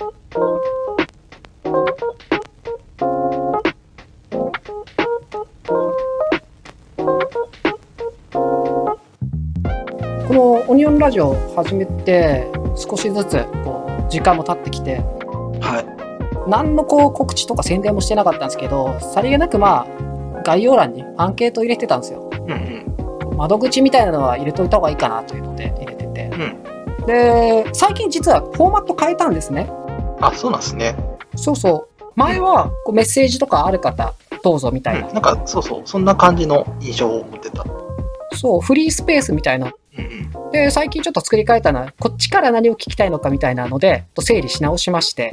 このオニオンラジオ始めて少しずつ時間も経ってきて、 はい、 何の告知とか宣伝もしてなかったんですけど、さりげなく概要欄にアンケート入れてたんですよ。窓口みたいなのは入れといた方がいいかなというので入れてて、で最近実はフォーマット変えたんですね。 あ、そうなんですね。 そうそう、前はメッセージとかある方どうぞみたいな、 なんかそんな感じの印象を持ってた。 そうフリースペースみたいな、で最近ちょっと作り変えたのはこっちから何を聞きたいのかみたいなので整理し直しまして、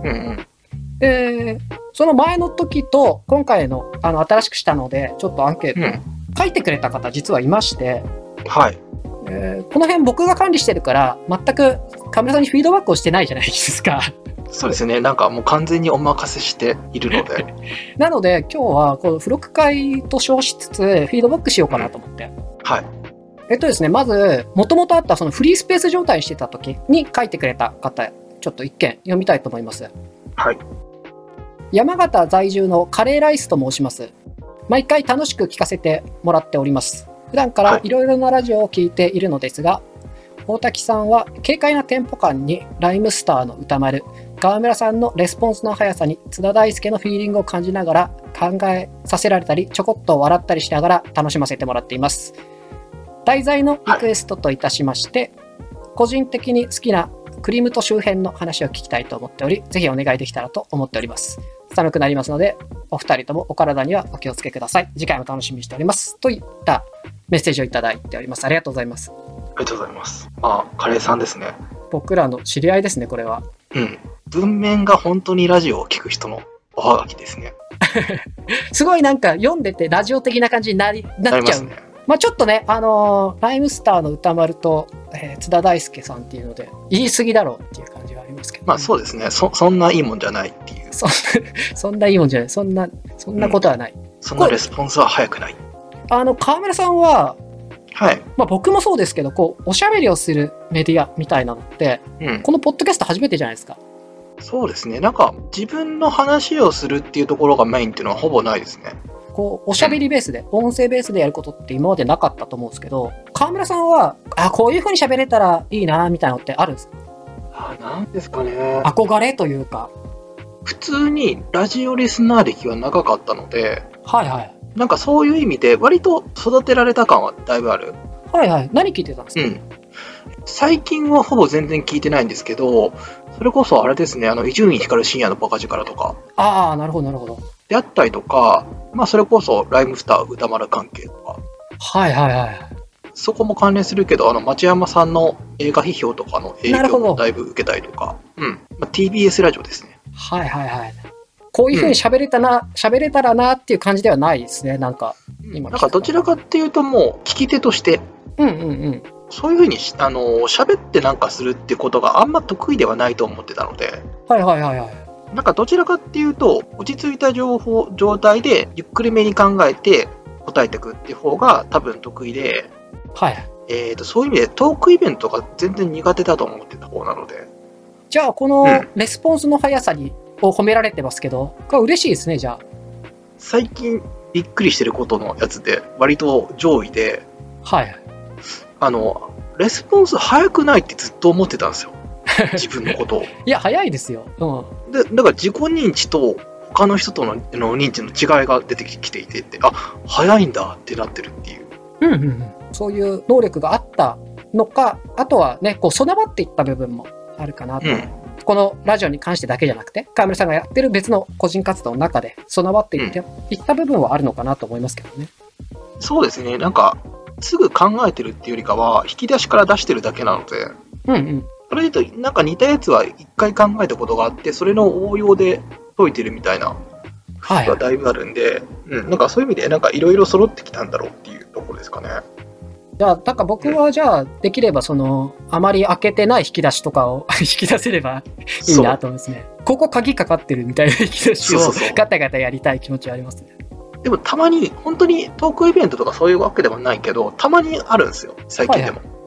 でその前の時と今回の新しくしたのでちょっとアンケート書いてくれた方実はいまして、 はい、 この辺僕が管理してるから全くカメラさんにフィードバックをしてないじゃないですか。 そうですね、なんかもう完全にお任せしているのでなので今日はこの付録会と称しつつフィードバックしようかなと思って、 はい。 ですね、まず元々あったそのフリースペース状態にしてた時に書いてくれた方、ちょっと一件読みたいと思います。 はい。 山形在住のカレーライスと申します。毎回楽しく聞かせてもらっております。普段からいろいろなラジオを聞いているのですが、大滝さんは軽快なテンポ感にライムスターの歌丸、川村さんのレスポンスの速さに津田大介のフィーリングを感じながら考えさせられたりちょこっと笑ったりしながら楽しませてもらっています。題材のリクエストといたしまして、個人的に好きなクリムト周辺の話を聞きたいと思っており、ぜひお願いできたらと思っております。寒くなりますのでお二人ともお体にはお気をつけください。次回も楽しみにしておりますといったメッセージをいただいております。ありがとうございます。 ありがとうございます。カレーさんですね。 僕らの知り合いですね、これは。 文面が本当にラジオを聞く人のおはがきですねすごいなんか読んでてラジオ的な感じになっちゃうね。ちょっとね、ライムスターの歌丸と、津田大介さんっていうので言い過ぎだろうっていう感じはありますけど、ね、 そうですね。そんないいもんじゃないっていう。 そんないいもんじゃない。そんなことはない。 そんなレスポンスは早くない。 川村さんは、 はい。 僕もそうですけど、おしゃべりをするメディアみたいなのって、このポッドキャスト初めてじゃないですか。 そうですね。なんか自分の話をするっていうところがメインっていうのはほぼないですね。 おしゃべりベースで、音声ベースでやることって今までなかったと思うんですけど、川村さんはこういう風に喋れたらいいなみたいなのってあるんですか？ なんですかね。 憧れというか。 普通にラジオリスナー歴は長かったので、 はいはい。 なんかそういう意味で割と育てられた感はだいぶある。 はいはい。何聞いてたんですか？ 最近はほぼ全然聞いてないんですけど、それこそあれですね、伊集院光深夜のバカ力とか。 なるほどなるほど。 であったりとか、それこそライムスター歌丸関係とか。 はいはいはい。 そこも関連するけど、町山さんの映画批評とかの影響もだいぶ受けたりとか。TBS ラジオですね。 はいはいはい。こういう風に喋れたらなっていう感じではないですね。なんか今なんかどちらかっていうともう聞き手として、そういう風に喋ってなんかするってことがあんま得意ではないと思ってたので、 はいはいはいはい。 なんかどちらかっていうと落ち着いた状態でゆっくりめに考えて答えていくっていう方が多分得意で、 はい。 そういう意味でトークイベントが全然苦手だと思ってた方なので。 じゃあこのレスポンスの速さを褒められてますけど、これ嬉しいですね。じゃあ最近びっくりしてることのやつで割と上位で、 はい。 レスポンス早くないってずっと思ってたんですよ。自分のことを。 いや早いですよ。 だから自己認知と他の人との認知の違いが出てきていて、早いんだってなってるっていう。 そういう能力があったのか、あとはね備わっていった部分もあるかなと。このラジオに関してだけじゃなくて、川村さんがやってる別の個人活動の中で備わっていった部分はあるのかなと思いますけどね。 そうですね。なんかすぐ考えてるっていうよりかは引き出しから出してるだけなので、それで言うとなんか似たやつは一回考えたことがあってそれの応用で解いてるみたいながだいぶあるんで、なんかそういう意味でなんかいろいろ揃ってきたんだろうっていうところですかね。 じゃあなんか僕はじゃあできればあまり開けてない引き出しとかを引き出せればいいなと思いますね。ここ鍵かかってるみたいな引き出しをガタガタやりたい気持ちはありますね。 でもたまに本当にトークイベントとかそういうわけではないけどたまにあるんですよ最近でも。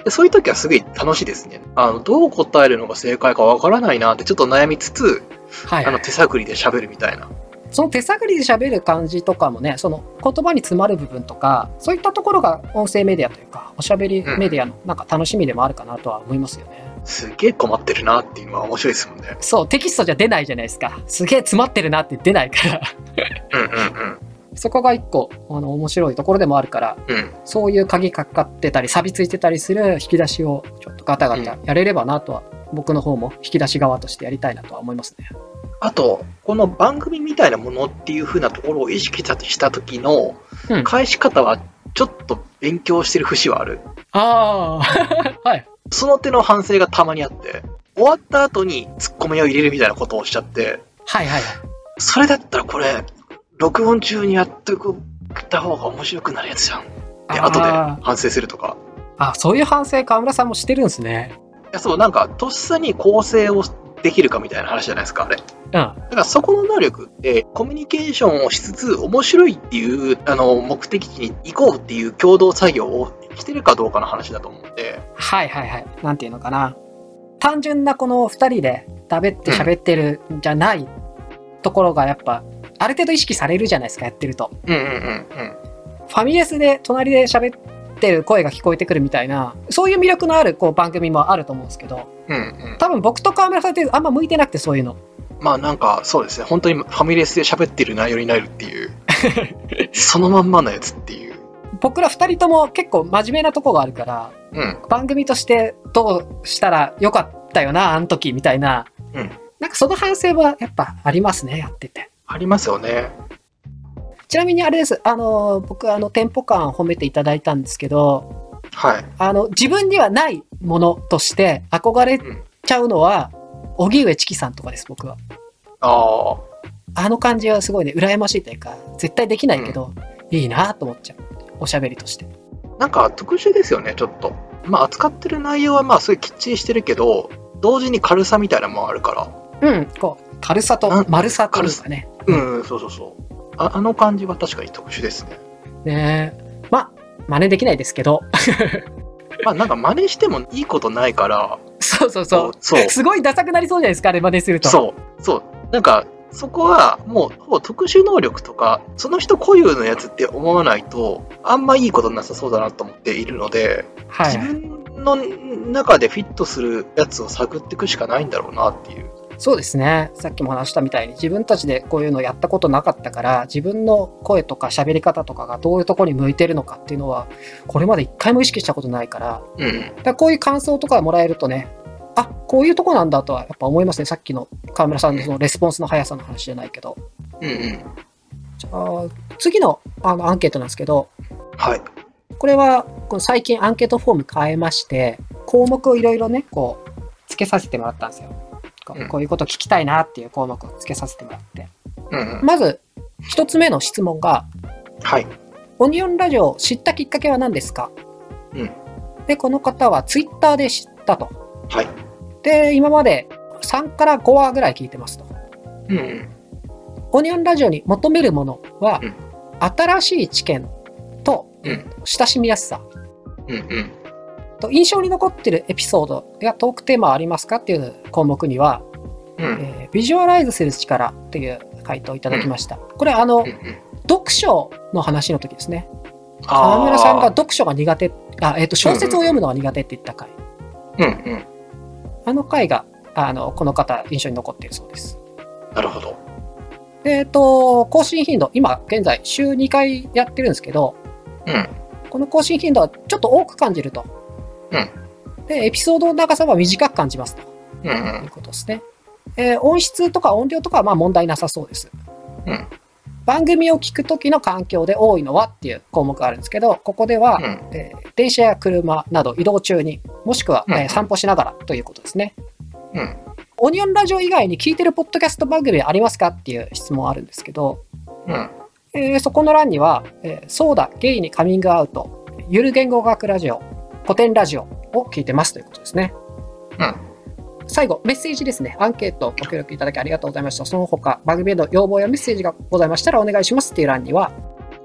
そういう時はすげえ楽しいですね。どう答えるのが正解かわからないなってちょっと悩みつつ、はいはい、手探りで喋るみたいな。 その手探りで喋る感じとかもね、その言葉に詰まる部分とか、そういったところが音声メディアというか、おしゃべりメディアのなんか楽しみでもあるかなとは思いますよね。 すげえ困ってるなっていうのは面白いですもんね。 そう、テキストじゃ出ないじゃないですか。すげえ詰まってるなって出ないからそこが一個面白いところでもあるから、そういう鍵かかってたり錆びついてたりする引き出しをちょっとガタガタやれればなとは、僕の方も引き出し側としてやりたいなとは思いますね。 あと、この番組みたいなものっていう風なところを意識した時の返し方はちょっと勉強してる節はある。 はい。 その手の反省がたまにあって、終わった後にツッコミを入れるみたいなことをおっしゃって、 はいはい。 それだったらこれ、録音中にやっておくた方が面白くなるやつじゃん。で、後で反省するとか。 そういう反省川村さんもしてるんですね。 いや、そう、なんか、とっさに構成をできるかみたいな話じゃないですか、あれ。だからそこの能力ってコミュニケーションをしつつ面白いっていう目的地に行こうっていう共同作業をしてるかどうかの話だと思うんで。 はいはいはい。なんていうのかな。単純なこの2人で喋ってるんじゃないところがやっぱある程度意識されるじゃないですか、やってると。ファミレスで隣で喋ってる声が聞こえてくるみたいな、そういう魅力のある番組もあると思うんですけど、多分僕と川村さんってあんま向いてなくて、そういうの。 まあなんかそうですね、本当にファミレスで喋ってる内容になるっていうそのまんまのやつっていう。 僕ら2人とも結構真面目なとこがあるから、番組としてどうしたらよかったよなあの時みたいな、なんかその反省はやっぱありますね、やってて。 ありますよね。 ちなみにあれです、僕テンポ感褒めていただいたんですけど、 はい、 自分にはないものとして憧れちゃうのは、荻上チキさんとかです、僕は。感じはすごいね、羨ましいというか、絶対できないけど、いいなと思っちゃう、おしゃべりとして。 なんか特殊ですよね、ちょっと。まあ扱ってる内容はまあすごいきっちりしてるけど、同時に軽さみたいなのもあるから。 軽さと丸さというかね。 そうそうそう。あの感じは確かに特殊ですね。 ねえ。真似できないですけど。 なんか真似してもいいことないから。 そう。すごいダサくなりそうじゃないですか、あれ真似すると。 そう。なんか、そこはもう特殊能力とか、その人固有のやつって思わないと、あんまいいことなさそうだなと思っているので、自分の中でフィットするやつを探っていくしかないんだろうなっていう。 そうですね。さっきも話したみたいに自分たちでこういうのやったことなかったから、自分の声とか喋り方とかがどういうところに向いてるのかっていうのはこれまで一回も意識したことないから、だからこういう感想とかもらえるとね、こういうとこなんだとはやっぱ思いますね。さっきの川村さんのそのレスポンスの速さの話じゃないけど。じゃあ次のアンケートなんですけど、 はい。 これはこの最近アンケートフォーム変えまして、項目をいろいろね付けさせてもらったんですよ。こういうこと聞きたいなっていう項目を付けさせてもらって、まず一つ目の質問が、オニオンラジオを知ったきっかけは何ですか？でこの方はツイッターで知ったと。で今まで3から5話ぐらい聞いてますと。オニオンラジオに求めるものは、新しい知見と、親しみやすさ、印象に残ってるエピソードやトークテーマはありますかっていう項目には、ビジュアライズする力という回答をいただきました。これ読書の話の時ですね。川村さんが読書が苦手、小説を読むのが苦手って言った回、あの回がこの方印象に残っているそうです。 なるほど。 更新頻度今現在週2回やってるんですけど、この更新頻度はちょっと多く感じると。でエピソードの長さは短く感じますと、いうことですね。音質とか音量とかは問題なさそうです。番組を聞く時の環境で多いのはっていう項目があるんですけど、ここでは、電車や車など移動中にもしくは、散歩しながらということですね。オニオンラジオ以外に聞いてるポッドキャスト番組ありますかっていう質問あるんですけど、そこの欄には、そうだゲイにカミングアウト、ゆる言語学ラジオ、古典ラジオを聞いてますということですね。最後メッセージですね。アンケートご協力いただきありがとうございました。その他番組への要望やメッセージがございましたらお願いしますっていう欄には、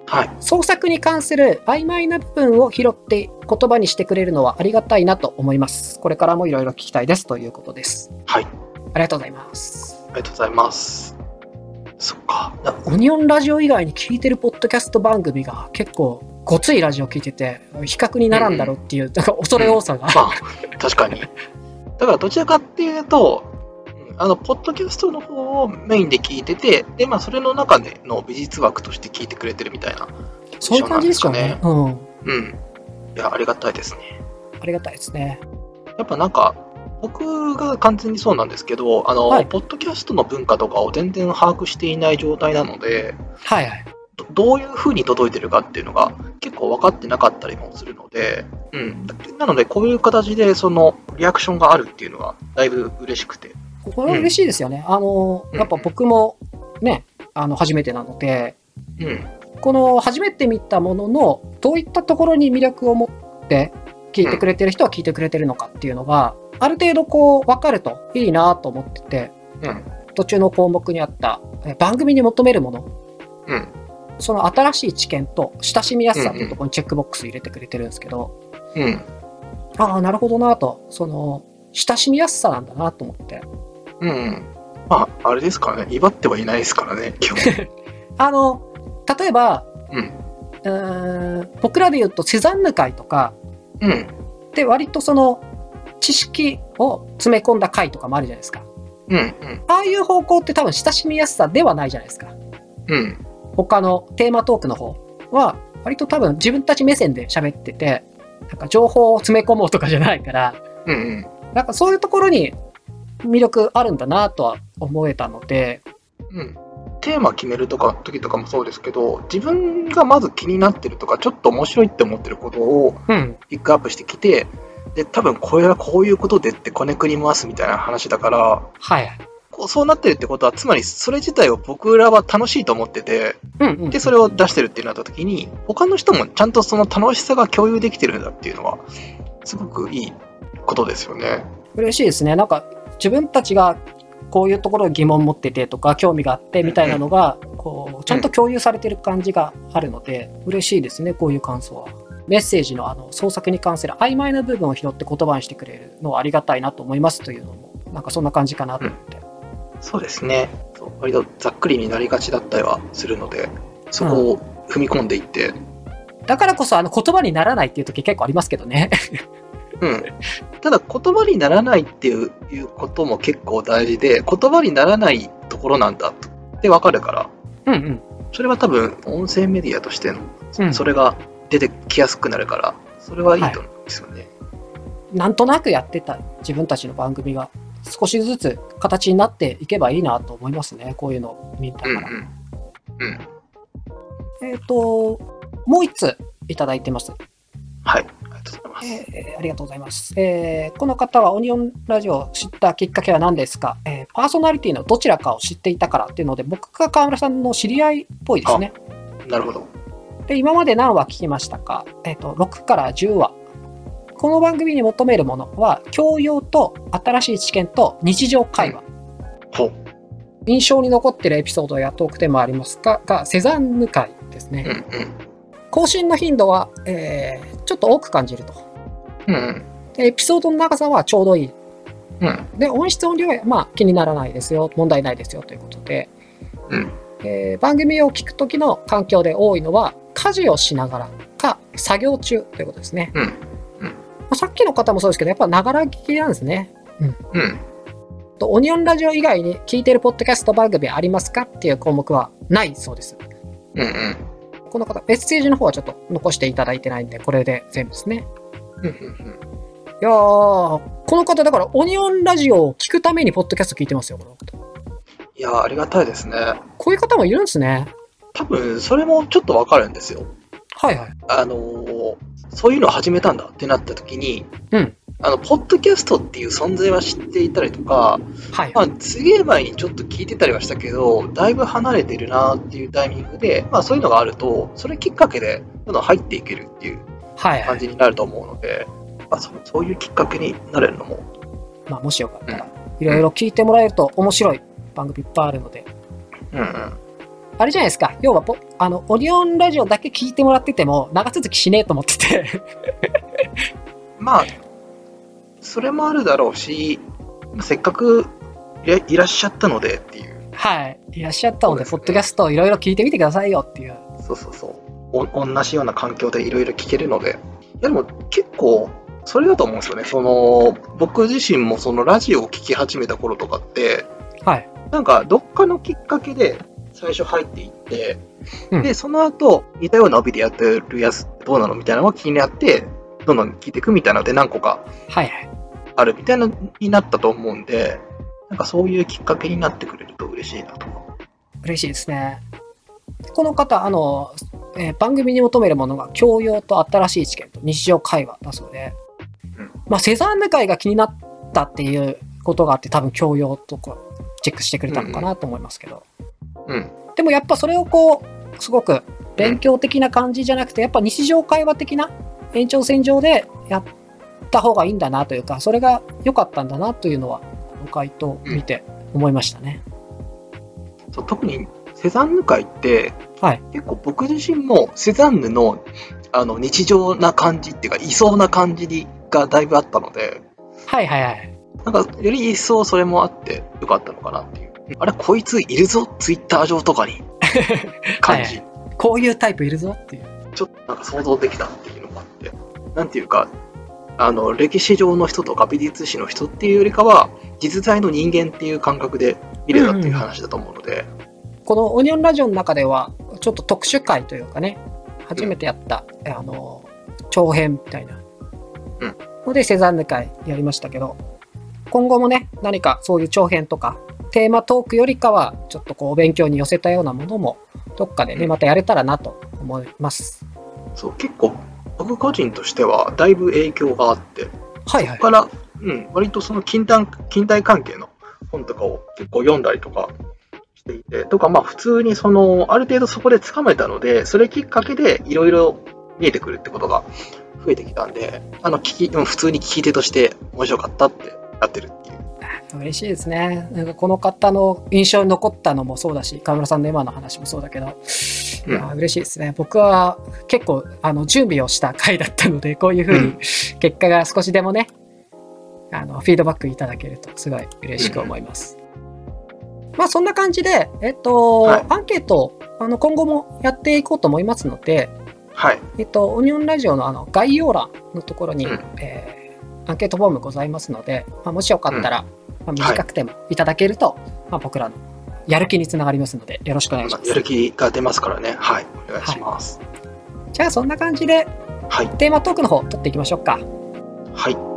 はい、 創作に関する曖昧な部分を拾って言葉にしてくれるのはありがたいなと思います。これからもいろいろ聞きたいですということです。 はい。 ありがとうございます。 ありがとうございます。そっか。 オニオンラジオ以外に聞いてるポッドキャスト番組が結構ごついラジオ聞いてて比較にならんだろうっていう、なんか恐れ多さが、 まあ、確かに。だからどちらかっていうと、ポッドキャストの方をメインで聞いてて、で、まあ、それの中での美術枠として聞いてくれてるみたいな、 そういう感じですかね。うん。 いや、ありがたいですね。 ありがたいですね。 やっぱなんか、僕が完全にそうなんですけど、ポッドキャストの文化とかを全然把握していない状態なので、 はいはい。 どういう風に届いてるかっていうのが結構分かってなかったりもするので、なのでこういう形でそのリアクションがあるっていうのはだいぶ嬉しくて。 これは嬉しいですよね。やっぱ僕もね、初めてなので、この初めて見たもののどういったところに魅力を持って聞いてくれてる人は聞いてくれてるのかっていうのがある程度こう分かるといいなと思ってて、途中の項目にあった番組に求めるもの、その新しい知見と親しみやすさっていうところにチェックボックス入れてくれてるんですけど、ああなるほどなと、その親しみやすさなんだなと思って、 まああれですからね、威張ってはいないですからね基本例えば、僕らで言うとセザンヌ会とか、で割とその知識を詰め込んだ回とかもあるじゃないですか。ああいう方向って多分親しみやすさではないじゃないですか。他のテーマトークの方は割と多分自分たち目線で喋ってて、なんか情報を詰め込もうとかじゃないから、なんかそういうところに魅力あるんだなとは思えたので、 テーマ決める時とかもそうですけど、自分がまず気になってるとかちょっと面白いって思ってることをピックアップしてきて、で多分これはこういうことでってこねくり回すみたいな話だから、そうなってるってことはつまりそれ自体を僕らは楽しいと思ってて、でそれを出してるってなった時に他の人もちゃんとその楽しさが共有できてるんだっていうのはすごくいいことですよね。 嬉しいですね。なんか自分たちがこういうところに疑問持っててとか興味があってみたいなのがこうちゃんと共有されてる感じがあるので嬉しいですね。こういう感想はメッセージの創作に関する曖昧な部分を拾って言葉にしてくれるのはありがたいなと思いますというのもなんかそんな感じかなと思って、 そうですね。割とざっくりになりがちだったりはするので、そこを踏み込んでいって、 だからこそ言葉にならないっていう時結構ありますけどねただ言葉にならないっていうことも結構大事で、言葉にならないところなんだって分かるから、それは多分音声メディアとしての、それが出てきやすくなるから、それはいいと思うんですよね。 なんとなくやってた自分たちの番組が少しずつ形になっていけばいいなと思いますね。こういうのを見たから。もう一ついただいてます。 はい、ありがとうございます。 ありがとうございます。この方はオニオンラジオを知ったきっかけは何ですか？パーソナリティのどちらかを知っていたからっていうので、僕が川村さんの知り合いっぽいですね。 なるほど。 で、今まで何話聞きましたか？6から10話。この番組に求めるものは教養と新しい知見と日常会話。印象に残っているエピソードやトークテーマありますか？がセザンヌ会ですね。更新の頻度は、ちょっと多く感じると。でエピソードの長さはちょうどいい。で音質音量はまあ気にならないですよ、問題ないですよということで、番組を聞く時の環境で多いのは家事をしながらか作業中ということですね。さっきの方もそうですけどやっぱながら聞きなんですね。オニオンラジオ以外に聞いているポッドキャスト番組ありますかっていう項目はないそうです。この方メッセージの方はちょっと残していただいてないんでこれで全部ですね。いやーこの方だからオニオンラジオを聞くためにポッドキャスト聞いてますよこの方。 いやーありがたいですね。 こういう方もいるんですね。 多分それもちょっとわかるんですよ。そういうのを始めたんだってなった時に、ポッドキャストっていう存在は知っていたりとか、すげえ前にちょっと聞いてたりはしたけどだいぶ離れてるなっていうタイミングで、そういうのがあるとそれきっかけでどんどん入っていけるっていう感じになると思うので、そういうきっかけになれるのも、 もしよかったらいろいろ聞いてもらえると面白い番組いっぱいあるので、 あれじゃないですか。要はオニオンラジオだけ聞いてもらってても長続きしねえと思っててまあそれもあるだろうし、せっかくいらっしゃったのでっていう。 はい、いらっしゃったので、ポッドキャストをいろいろ聞いてみてくださいよっていう。 同じような環境でいろいろ聞けるので。いやでも結構それだと思うんですよね。僕自身もそのラジオを聞き始めた頃とかって、 はい、 なんかどっかのきっかけで最初入っていって、でその後似たような帯でやってるやつどうなのみたいなのが気になって、どんどん聞いていくみたいなので何個かあるみたいなになったと思うんで、なんかそういうきっかけになってくれると嬉しいなと。 嬉しいですね。この方番組に求めるものが教養と新しい知見と日常会話だそうで、セザンヌ会が気になったっていうことがあって、多分教養とかチェックしてくれたのかなと思いますけど、でもやっぱそれをすごく勉強的な感じじゃなくて、やっぱ日常会話的な延長線上でやった方がいいんだなというか、それが良かったんだなというのはこの回答を見て思いましたね。 そう、特にセザンヌ会って、 はい、 結構僕自身もセザンヌの日常な感じっていうか、いそうな感じがだいぶあったので、なんかより一層それもあってよかったのかなっていう。あれ、こいついるぞツイッター上とかに感じこういうタイプいるぞっていう、 ちょっとなんか想像できたっていうのがあって、なんていうか歴史上の人とか美術史の人っていうよりかは実在の人間っていう感覚で見れたっていう話だと思うので、 このオニオンラジオの中ではちょっと特殊回というかね、初めてやった、長編みたいなのでセザンヌ会やりましたけど、今後もね何かそういう長編とかテーマトークよりかはちょっとお勉強に寄せたようなものもどっかでねまたやれたらなと思います。 そう、結構僕個人としてはだいぶ影響があって、そこから、割とその近代関係の本とかを結構読んだりとかしていて、とか普通にある程度そこでつかめたので、それきっかけでいろいろ見えてくるってことが増えてきたんで、普通に聞き手として面白かったってなってるっていう。 嬉しいですね。なんかこの方の印象に残ったのもそうだし、川村さんの今の話もそうだけど、嬉しいですね。僕は結構準備をした回だったので、こういうふうに結果が少しでもね、フィードバックいただけるとすごい嬉しく思います。そんな感じで、アンケート今後もやっていこうと思いますので、オニオンラジオの概要欄のところに、アンケートフォームございますので、もしよかったら、短くてもいただけると、僕らのやる気につながりますので、よろしくお願いします。 やる気が出ますからね。はい、お願いします。 じゃあそんな感じで、テーマトークの方取っていきましょうか。 はい。